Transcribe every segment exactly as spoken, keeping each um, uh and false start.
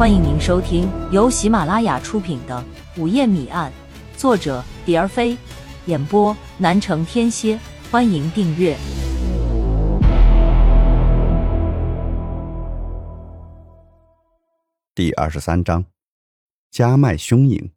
欢迎您收听由喜马拉雅出品的《午夜谜案》，作者蝶儿飞，演播南城天蝎。欢迎订阅。 第二十三章，家脉凶影。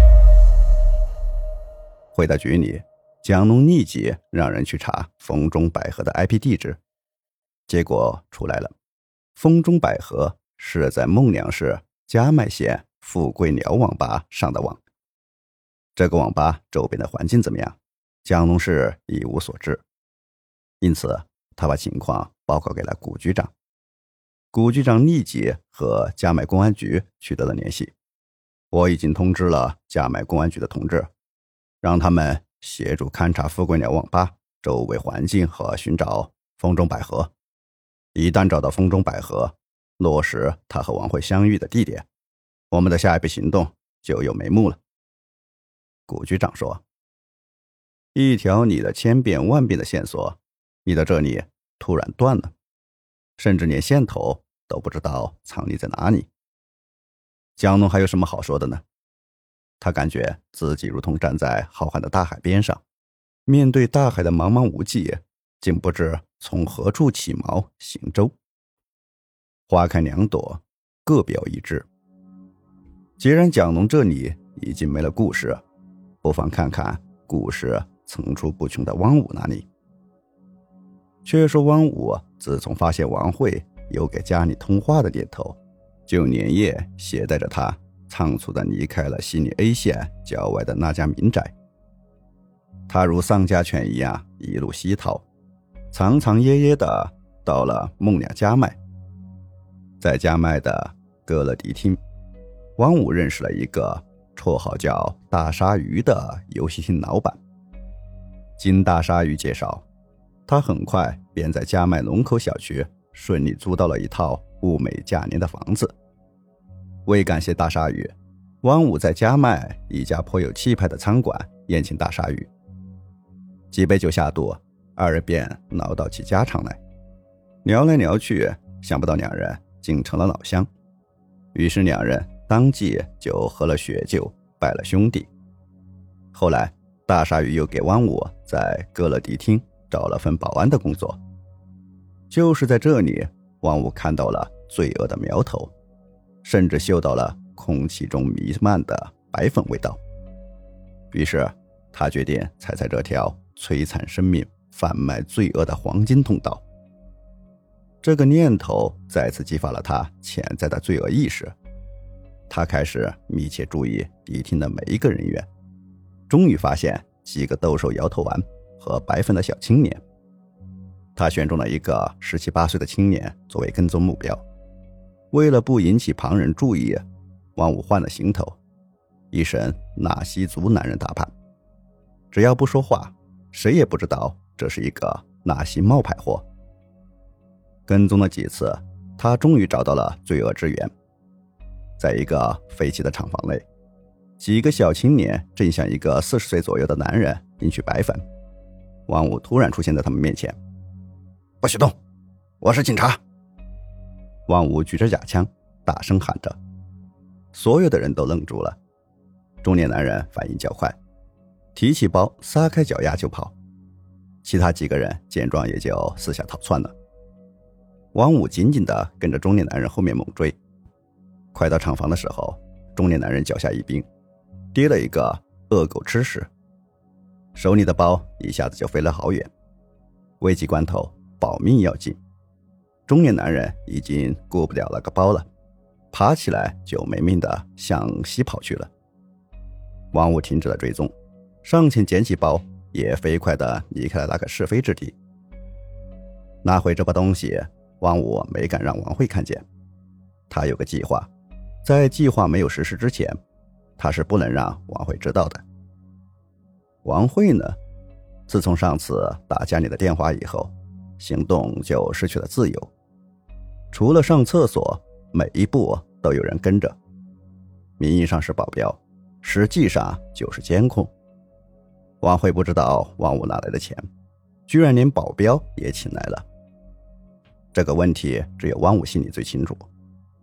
回到局里，蒋农立即让人去查风中百合的 I P 地址，结果出来了，风中百合是在孟良市嘉麦县富贵鸟网吧上的网。这个网吧周边的环境怎么样，蒋农是一无所知，因此他把情况报告给了古局长。古局长立即和嘉麦公安局取得了联系，我已经通知了嘉麦公安局的同志，让他们协助勘察富贵鸟网吧周围环境和寻找风中百合。一旦找到风中百合，落实他和王慧相遇的地点，我们的下一步行动就有眉目了。古局长说，一条你的千变万变的线索，你到这里突然断了，甚至连线头都不知道藏匿在哪里。蒋农还有什么好说的呢？他感觉自己如同站在浩瀚的大海边上，面对大海的茫茫无际，竟不知从何处起锚行舟。花开两朵，各表一枝。既然蒋农这里已经没了故事，不妨看看故事层出不穷的汪武那里。却说汪武自从发现王慧有给家里通话的念头，就连夜携带着他仓促地离开了西里 A 县郊外的那家民宅。他如丧家犬一样一路西逃，藏藏掖掖地到了孟良嘉麦。在嘉麦的歌乐迪厅，汪武认识了一个绰号叫大鲨鱼的游戏厅老板。经大鲨鱼介绍，他很快便在嘉麦龙口小区顺利租到了一套物美价廉的房子。为感谢大鲨鱼，汪武在嘉麦一家颇有气派的餐馆宴请大鲨鱼。几杯酒下肚，二人便唠到起家常来，聊来聊去，想不到两人竟成了老乡。于是两人当即就喝了血酒，拜了兄弟。后来大鲨鱼又给汪武在歌乐迪厅找了份保安的工作。就是在这里，汪武看到了罪恶的苗头，甚至嗅到了空气中弥漫的白粉味道。于是他决定踩踩这条摧残生命、贩卖罪恶的黄金通道。这个念头再次激发了他潜在的罪恶意识。他开始密切注意迪厅的每一个人员，终于发现几个兜售摇头丸和白粉的小青年。他选中了一个十七八岁的青年作为跟踪目标。为了不引起旁人注意，汪武换了行头，一身纳西族男人打扮，只要不说话，谁也不知道这是一个纳西冒牌货。跟踪了几次，他终于找到了罪恶之源。在一个废弃的厂房内，几个小青年正向一个四十岁左右的男人领取白粉。汪武突然出现在他们面前。不许动，我是警察！汪武举着假枪大声喊着。所有的人都愣住了。中年男人反应较快，提起包撒开脚丫就跑。其他几个人见状也就四下逃窜了。汪武紧紧地跟着中年男人后面猛追。快到厂房的时候，中年男人脚下一冰，跌了一个恶狗吃屎，手里的包一下子就飞了好远。危急关头，保命要紧，中年男人已经顾不了那个包了，爬起来就没命地向西跑去了。汪武停止了追踪，上前捡起包，也飞快地离开了那个是非之地。拿回这包东西，汪武没敢让王慧看见。他有个计划，在计划没有实施之前，他是不能让王慧知道的。王慧呢，自从上次打家里的电话以后，行动就失去了自由。除了上厕所，每一步都有人跟着。名义上是保镖，实际上就是监控。王慧不知道汪武哪来的钱，居然连保镖也请来了。这个问题只有汪武心里最清楚。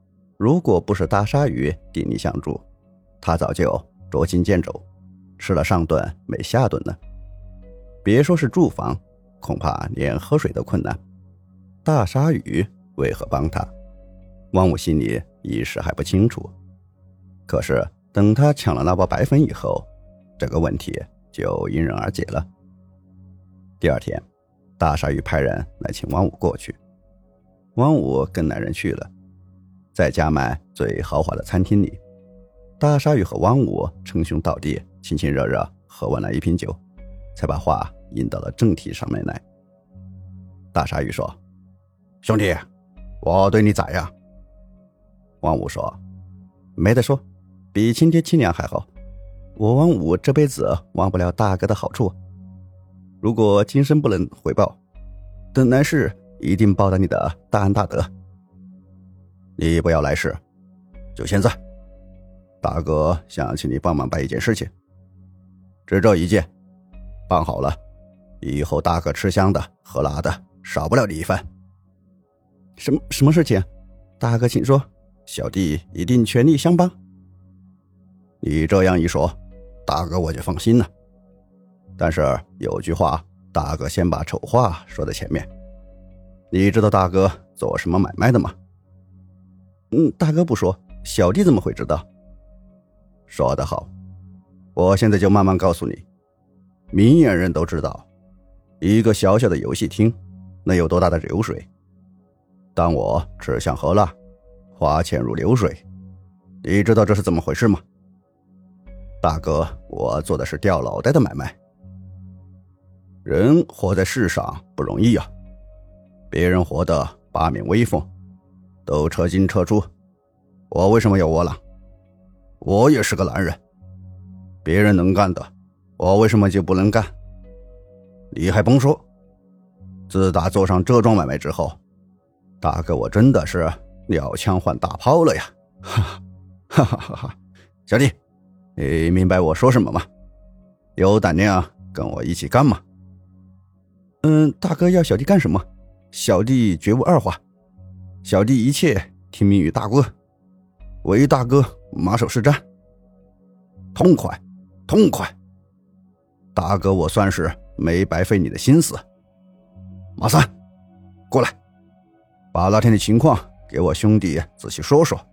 如果不是大鲨鱼鼎力相助，他早就捉襟见肘，吃了上顿没下顿了。别说是住房，恐怕连喝水都困难。大鲨鱼为何帮他？汪武心里一时还不清楚。可是等他抢了那包白粉以后，这个问题就迎刃而解了。第二天，大鲨鱼派人来请汪武过去。汪武跟男人去了，在加麦最豪华的餐厅里，大鲨鱼和汪武称兄道弟，亲亲热热喝完了一瓶酒，才把话引到了正题上面来。大鲨鱼说：兄弟，我对你咋样？汪武说：没得说，比亲爹亲娘还好。我汪武这辈子忘不了大哥的好处，如果今生不能回报，等来世一定报答你的大恩大德。你不要来世，就现在，大哥想请你帮忙办一件事情，只这一件，办好了，以后大哥吃香的喝辣的少不了你一份。什么什么事情？大哥请说，小弟一定全力相帮。你这样一说，大哥我就放心了。但是有句话，大哥先把丑话说在前面。你知道大哥做什么买卖的吗？嗯，大哥不说，小弟怎么会知道？说得好，我现在就慢慢告诉你。明眼人都知道，一个小小的游戏厅能有多大的流水。当我吃香喝辣，花钱如流水，你知道这是怎么回事吗？大哥，我做的是掉脑袋的买卖。人活在世上不容易啊，别人活得八面威风，都车进车出，我为什么要窝囊？我也是个男人，别人能干的，我为什么就不能干？你还甭说，自打做上这桩买卖之后，大哥我真的是鸟枪换大炮了呀！哈哈哈哈哈！小弟，你明白我说什么吗？有胆量跟我一起干吗？嗯，大哥要小弟干什么？小弟绝无二话，小弟一切听命于大哥，为大哥马首是瞻。痛快，痛快！大哥我算是没白费你的心思。马三，过来，把那天的情况给我兄弟仔细说说。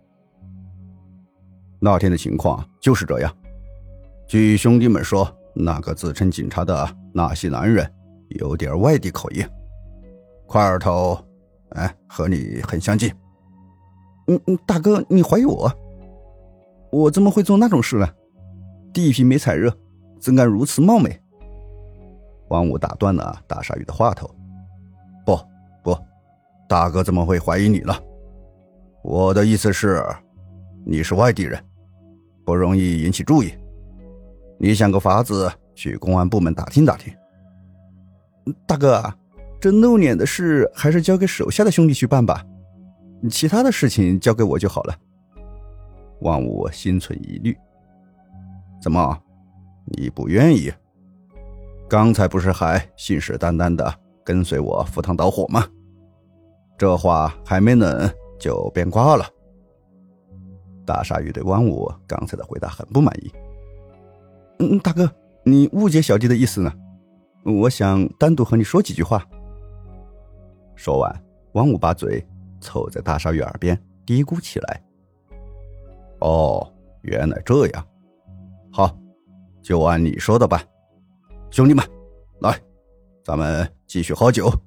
那天的情况就是这样，据兄弟们说，那个自称警察的纳西男人有点外地口音，块儿头哎，和你很相近。嗯嗯，大哥，你怀疑我？我怎么会做那种事呢？地皮没踩热，怎敢如此冒昧？王武打断了大鲨鱼的话头。不不，大哥怎么会怀疑你了？我的意思是，你是外地人，不容易引起注意，你想个法子去公安部门打听打听。大哥，这露脸的事还是交给手下的兄弟去办吧，其他的事情交给我就好了。王武心存疑虑。怎么，你不愿意？刚才不是还信誓旦旦的跟随我赴汤蹈火吗？这话还没冷就变卦了。大鲨鱼对汪武刚才的回答很不满意。嗯，大哥，你误解小弟的意思呢，我想单独和你说几句话。说完，汪武把嘴凑在大鲨鱼耳边嘀咕起来。哦，原来这样，好，就按你说的办。兄弟们，来，咱们继续喝酒。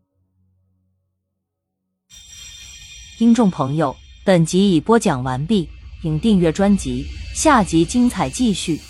听众朋友，本集已播讲完毕，请订阅专辑，下集精彩继续。